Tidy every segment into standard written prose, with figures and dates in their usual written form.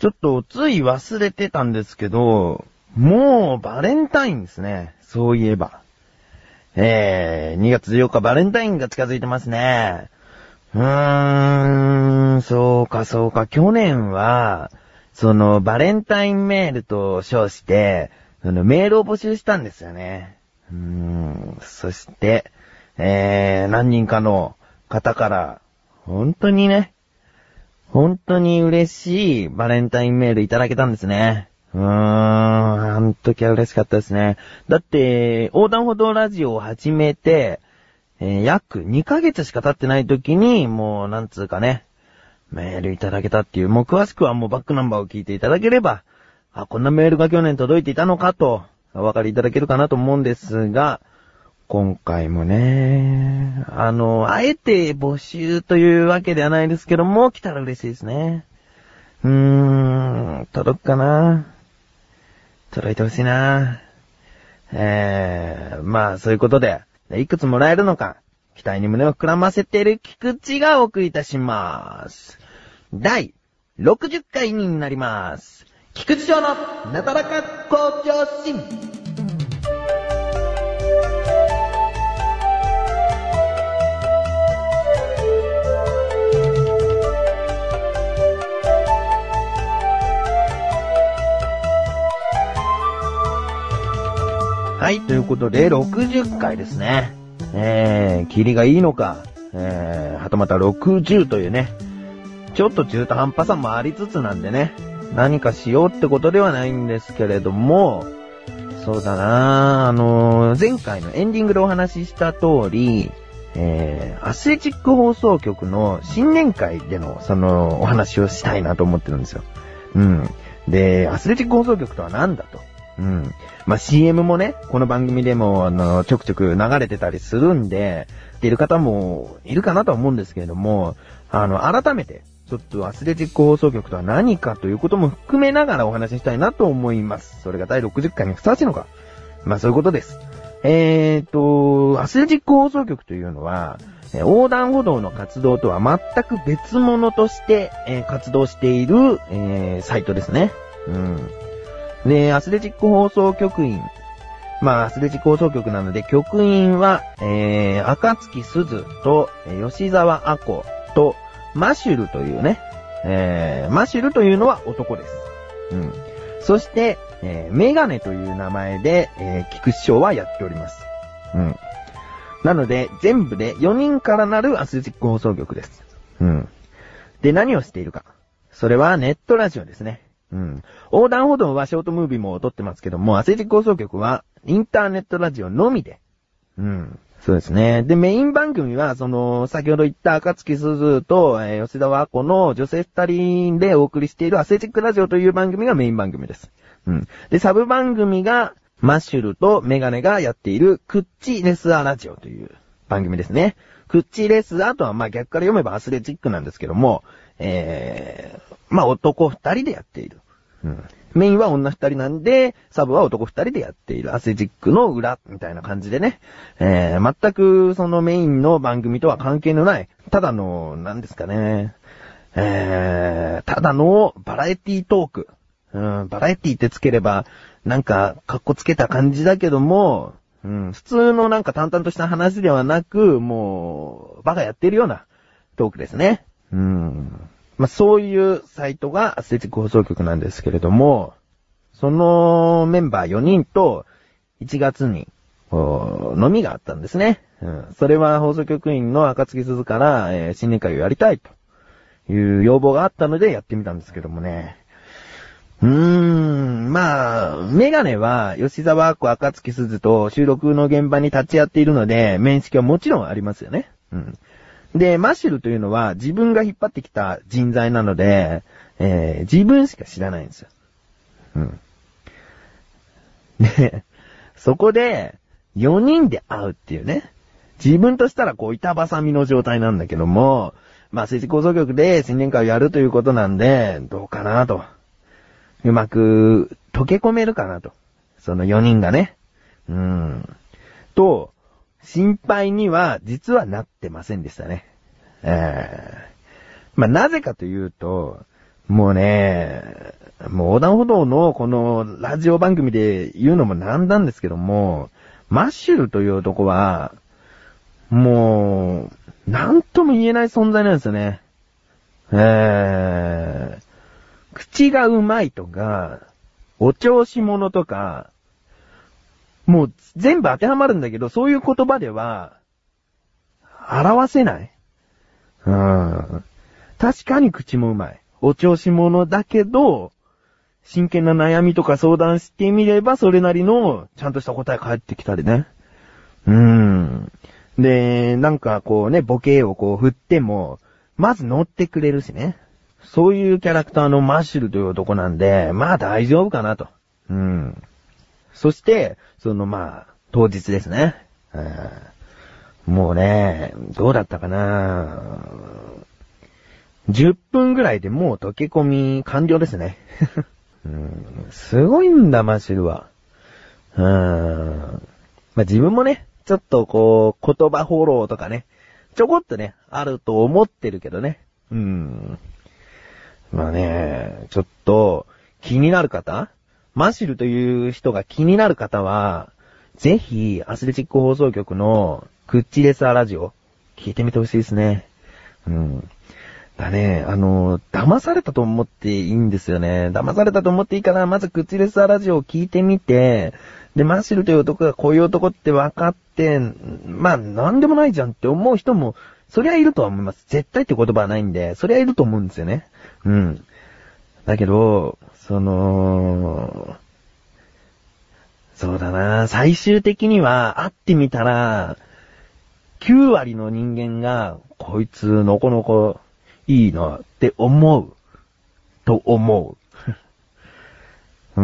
ちょっとつい忘れてたんですけど、もうバレンタインですね。そういえば。2月14日バレンタインが近づいてますね。そうか。去年は、バレンタインメールと称して、メールを募集したんですよね。そして、何人かの方から、本当に嬉しいバレンタインメールいただけたんですね。あの時は嬉しかったですね。だって、横断歩道ラジオを始めて、約2ヶ月しか経ってない時に、もうなんつうかね、メールいただけたっていう、もう詳しくはもうバックナンバーを聞いていただければ、こんなメールが去年届いていたのかと、お分かりいただけるかなと思うんですが、今回もね、あえて募集というわけではないですけども、来たら嬉しいですね。届くかな？届いてほしいな。まあ、そういうことで、いくつもらえるのか、期待に胸を膨らませている菊池がお送りいたします。第60回になります。菊池翔のなだらか向上心。はい、ということで、60回ですね。キリがいいのか、はたまた60というね、ちょっと中途半端さもありつつなんでね、何かしようってことではないんですけれども、そうだな前回のエンディングでお話しした通り、アスレチック放送局の新年会でのお話をしたいなと思ってるんですよ。で、アスレチック放送局とは何だと。まあ、CM もね、この番組でもちょくちょく流れてたりするんで、っている方もいるかなとは思うんですけれども、改めて、ちょっとアスレチック放送局とは何かということも含めながらお話ししたいなと思います。それが第60回にふさわしいのか。まあ、そういうことです。アスレチック放送局というのは、横断歩道の活動とは全く別物として、活動している、サイトですね。で、アスレチック放送局員。まあ、アスレチック放送局なので、局員は、赤月鈴と、吉沢亜子と、マシュルというね、マシュルというのは男です。そして、メガネという名前で、菊池翔はやっております。なので、全部で4人からなるアスレチック放送局です。で、何をしているか。それはネットラジオですね。横断歩道はショートムービーも撮ってますけども、アスレチック放送局はインターネットラジオのみで。そうですね。で、メイン番組は、先ほど言った赤月鈴と、吉田和子の女性二人でお送りしているアスレチックラジオという番組がメイン番組です。で、サブ番組が、マッシュルとメガネがやっているクッチレスアラジオという番組ですね。クッチレスアとはまあ逆から読めばアスレチックなんですけども、まあ男二人でやっている。メインは女二人なんで、サブは男二人でやっているアスレチックの裏みたいな感じでね、全くそのメインの番組とは関係のない、ただの、なんですかね、ただのバラエティトーク。バラエティってつければ、なんか、かっこつけた感じだけども、普通のなんか淡々とした話ではなく、もう、バカやってるようなトークですね。まあ、そういうサイトがアスレチック放送局なんですけれども、そのメンバー4人と1月に飲みがあったんですね。それは放送局員の赤月鈴から、新年会をやりたいという要望があったのでやってみたんですけどもね。まあ、メガネは吉沢亜子赤月鈴と収録の現場に立ち会っているので、面識はもちろんありますよね。で、マシュルというのは自分が引っ張ってきた人材なので、自分しか知らないんですよ。で、そこで、4人で会うっていうね。自分としたらこう、板挟みの状態なんだけども、まあ、政治構造局で新年会をやるということなんで、どうかなと。うまく溶け込めるかなと。その4人がね。と、心配には実はなってませんでしたね。まあ、なぜかというと、もうね、 もう横断歩道のこのラジオ番組で言うのもなんなんですけども、マッシュルという男は、もう、なんとも言えない存在なんですよね。口がうまいとか、お調子者とか、もう全部当てはまるんだけど、そういう言葉では、表せない。確かに口もうまい。お調子者だけど、真剣な悩みとか相談してみれば、それなりの、ちゃんとした答え返ってきたりね。で、なんかこうね、ボケをこう振っても、まず乗ってくれるしね。そういうキャラクターのマッシュルという男なんで、まあ大丈夫かなと。そして、当日ですね。もうね、どうだったかな。10分ぐらいでもう溶け込み完了ですね。すごいんだ、マッシュルは。自分もね、ちょっとこう、言葉フォローとかね、ちょこっとね、あると思ってるけどね。まあね、ちょっと、気になる方？マッシュルという人が気になる方は、ぜひ、アスレチック放送局のクッチレスアラジオ、聞いてみてほしいですね。だね、騙されたと思っていいんですよね。騙されたと思っていいから、まずクッチレスアラジオを聞いてみて、で、マッシュルという男がこういう男って分かって、まあ、なんでもないじゃんって思う人も、そりゃいるとは思います。絶対って言葉はないんで、そりゃいると思うんですよね。だけど、そうだな、最終的には会ってみたら、9割の人間が、こいつのこのこいいなって思う。と思う。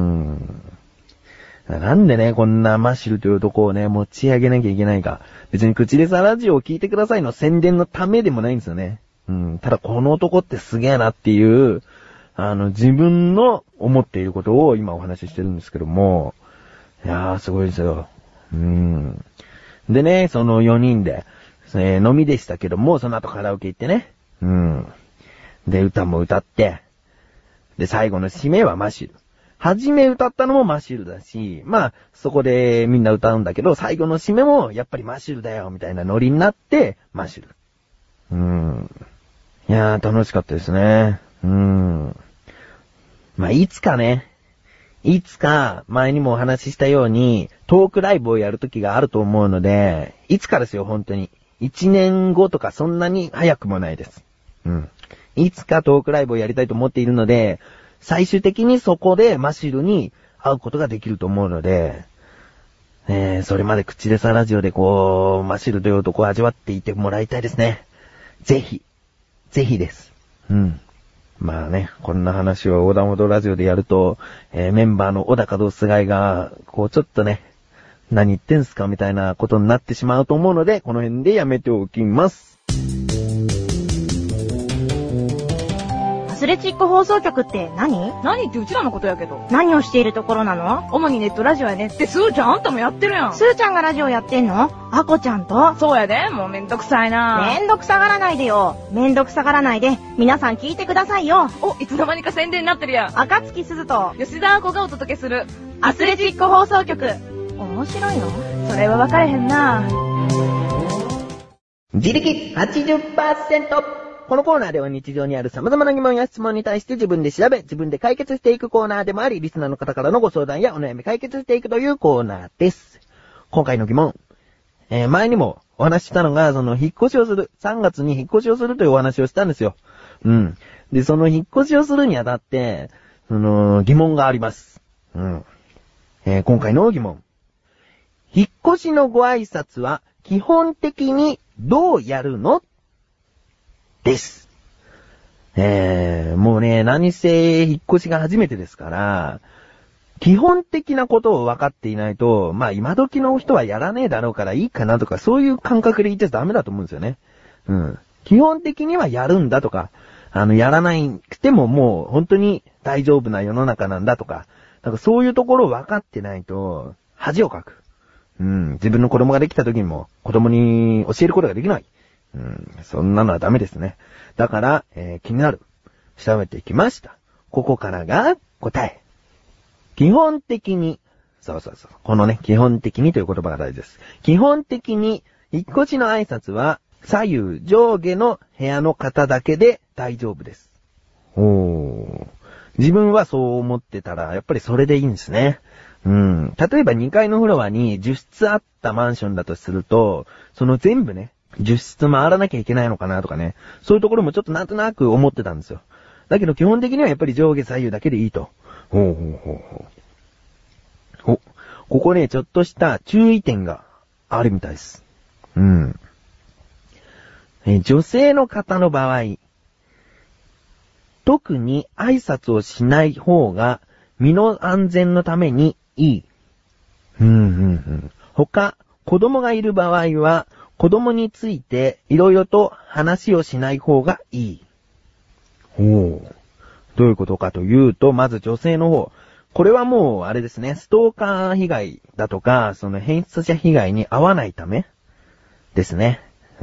なんでね、こんなマッシュルという男をね、持ち上げなきゃいけないか。別に口レスラジオを聞いてくださいの宣伝のためでもないんですよね。ただこの男ってすげえなっていう、自分の思っていることを今お話ししてるんですけども、いやーすごいですよ。でね、その4人で、飲みでしたけども、その後カラオケ行ってね。で、歌も歌って、で、最後の締めはマッシュル。初め歌ったのもマッシュルだし、まあ、そこでみんな歌うんだけど、最後の締めもやっぱりマッシュルだよ、みたいなノリになって、マッシュル。いやー、楽しかったですね。まあ、いつか、前にもお話ししたように、トークライブをやる時があると思うので、いつかですよ、本当に。1年後とかそんなに早くもないです。いつかトークライブをやりたいと思っているので、最終的にそこでマシルに会うことができると思うので、それまで口レスラジオでこう、マシルという男を味わっていてもらいたいですね。ぜひです。まあね、こんな話を横断歩道ラジオでやると、メンバーの小高と菅井が、こうちょっとね、何言ってんすかみたいなことになってしまうと思うので、この辺でやめておきます。 アスレチック放送局って何ってうちらのことやけど。 何をしているところなの？ 主にネットラジオやねってスーちゃんあんたもやってるやん。 スーちゃんがラジオやってんの？アコちゃんと？ そうやで、もうめんどくさいな。 めんどくさがらないでよ。めんどくさがらないで、皆さん聞いてくださいよ。 お、いつの間にか宣伝になってるやん。 赤月鈴と吉田アコがお届けするアスレチック放送局。面白いの？ それは分かれへんな。 自力 80%。このコーナーでは日常にある様々な疑問や質問に対して自分で調べ、自分で解決していくコーナーでもあり、リスナーの方からのご相談やお悩み解決していくというコーナーです。今回の疑問。前にもお話ししたのが、その引っ越しをする。3月に引っ越しをするというお話をしたんですよ。で、その引っ越しをするにあたって、疑問があります。今回の疑問。引っ越しのご挨拶は基本的にどうやるの？です。もうね、何せ引っ越しが初めてですから、基本的なことを分かっていないと、まあ今時の人はやらねえだろうからいいかなとか、そういう感覚で言っちゃダメだと思うんですよね。基本的にはやるんだとか、やらなくてももう本当に大丈夫な世の中なんだとか、なんかそういうところを分かってないと、恥をかく。自分の子供ができた時にも子供に教えることができない。そんなのはダメですね。だから、気になる。調べてきました。 ここからが答え。基本的に、このね、基本的にという言葉が大事です。基本的に、引っ越しの挨拶は、左右上下の部屋の方だけで大丈夫です。自分はそう思ってたら、やっぱりそれでいいんですね。例えば2階のフロアに10室あったマンションだとすると、その全部ね、10室回らなきゃいけないのかなとかね、そういうところもちょっとなんとなく思ってたんですよ。だけど基本的にはやっぱり上下左右だけでいいと。ここね、ちょっとした注意点があるみたいです。女性の方の場合、特に挨拶をしない方が身の安全のためにいい。他、子供がいる場合は、子供についていろいろと話をしない方がいい。どういうことかというと、まず女性の方。これはもう、あれですね、ストーカー被害だとか、その変質者被害に遭わないためですね。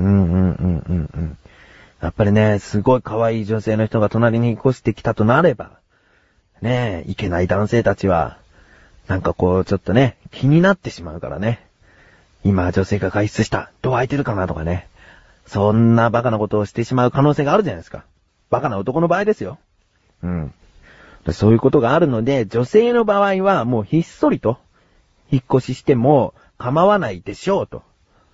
やっぱりね、すごい可愛い女性の人が隣に引っ越してきたとなれば、ねえ、いけない男性たちは、なんかこう、ちょっとね、気になってしまうからね。今、女性が外出した。ドア開いてるかなとかね。そんなバカなことをしてしまう可能性があるじゃないですか。バカな男の場合ですよ。そういうことがあるので、女性の場合はもうひっそりと引っ越ししても構わないでしょうと。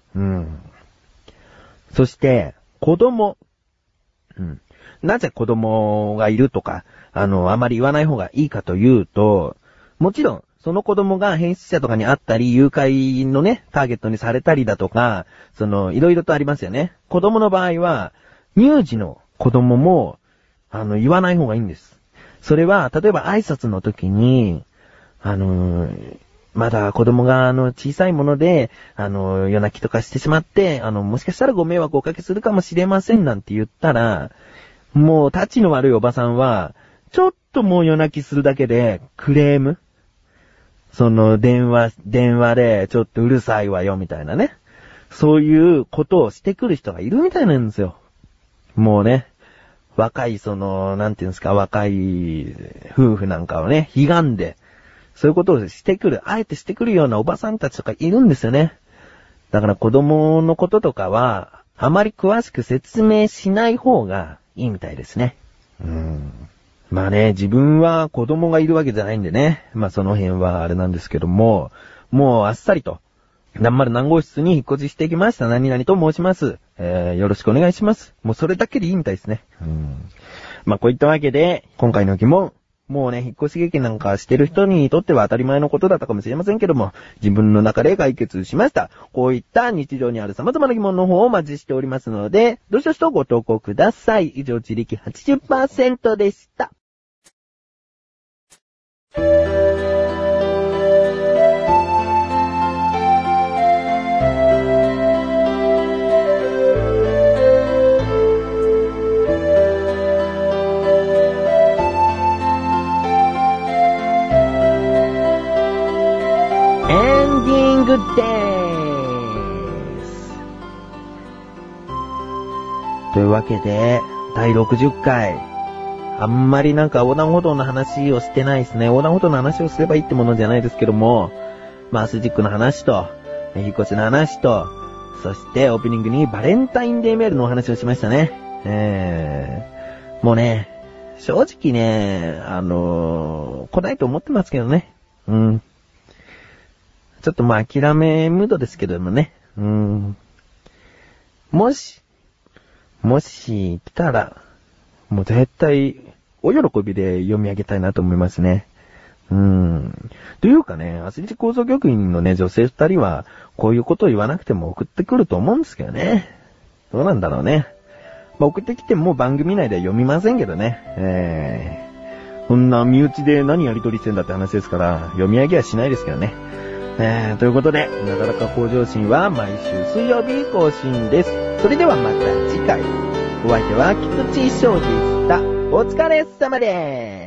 そして、子供。なぜ子供がいるとか、あまり言わない方がいいかというと、もちろん、その子供が変質者とかに会ったり、誘拐のね、ターゲットにされたりだとか、いろいろとありますよね。子供の場合は、乳児の子供も、言わない方がいいんです。それは、例えば挨拶の時に、まだ子供が小さいもので、夜泣きとかしてしまって、もしかしたらご迷惑をおかけするかもしれませんなんて言ったら、もう、立ちの悪いおばさんは、ちょっともう夜泣きするだけで、クレーム？電話で、ちょっとうるさいわよ、みたいなね。そういうことをしてくる人がいるみたいなんですよ。もうね、若い、なんていうんですか、若い夫婦なんかをね、悲願で、そういうことをしてくる、あえてしてくるようなおばさんたちとかいるんですよね。だから子供のこととかは、あまり詳しく説明しない方がいいみたいですね。まあね、自分は子供がいるわけじゃないんでね。まあその辺はあれなんですけども、もうあっさりと、何丸何号室に引っ越ししてきました。何々と申します。よろしくお願いします。もうそれだけでいいみたいですね。まあこういったわけで、今回の疑問、もうね、引っ越し経験なんかしてる人にとっては当たり前のことだったかもしれませんけども、自分の中で解決しました。こういった日常にある様々な疑問の方をお待ちしておりますので、どしどしとご投稿ください。以上、自力 80% でした。グッデースというわけで、第60回。あんまりなんか横断歩道の話をしてないですね。横断歩道の話をすればいいってものじゃないですけども、まあアスジックの話と、引っ越しの話と、そしてオープニングにバレンタインデーメールのお話をしましたね。もうね、正直ね、来ないと思ってますけどね。ちょっとまあ諦めムードですけどもね。もし来たら、もう絶対、お喜びで読み上げたいなと思いますね。というかね、アスリート構造局員のね、女性二人は、こういうことを言わなくても送ってくると思うんですけどね。どうなんだろうね。まあ、送ってきても番組内では読みませんけどね。こんな身内で何やりとりしてんだって話ですから、読み上げはしないですけどね。ということで、なだらか向上心は毎週水曜日更新です。それではまた次回。お相手は菊池翔でした。お疲れ様です。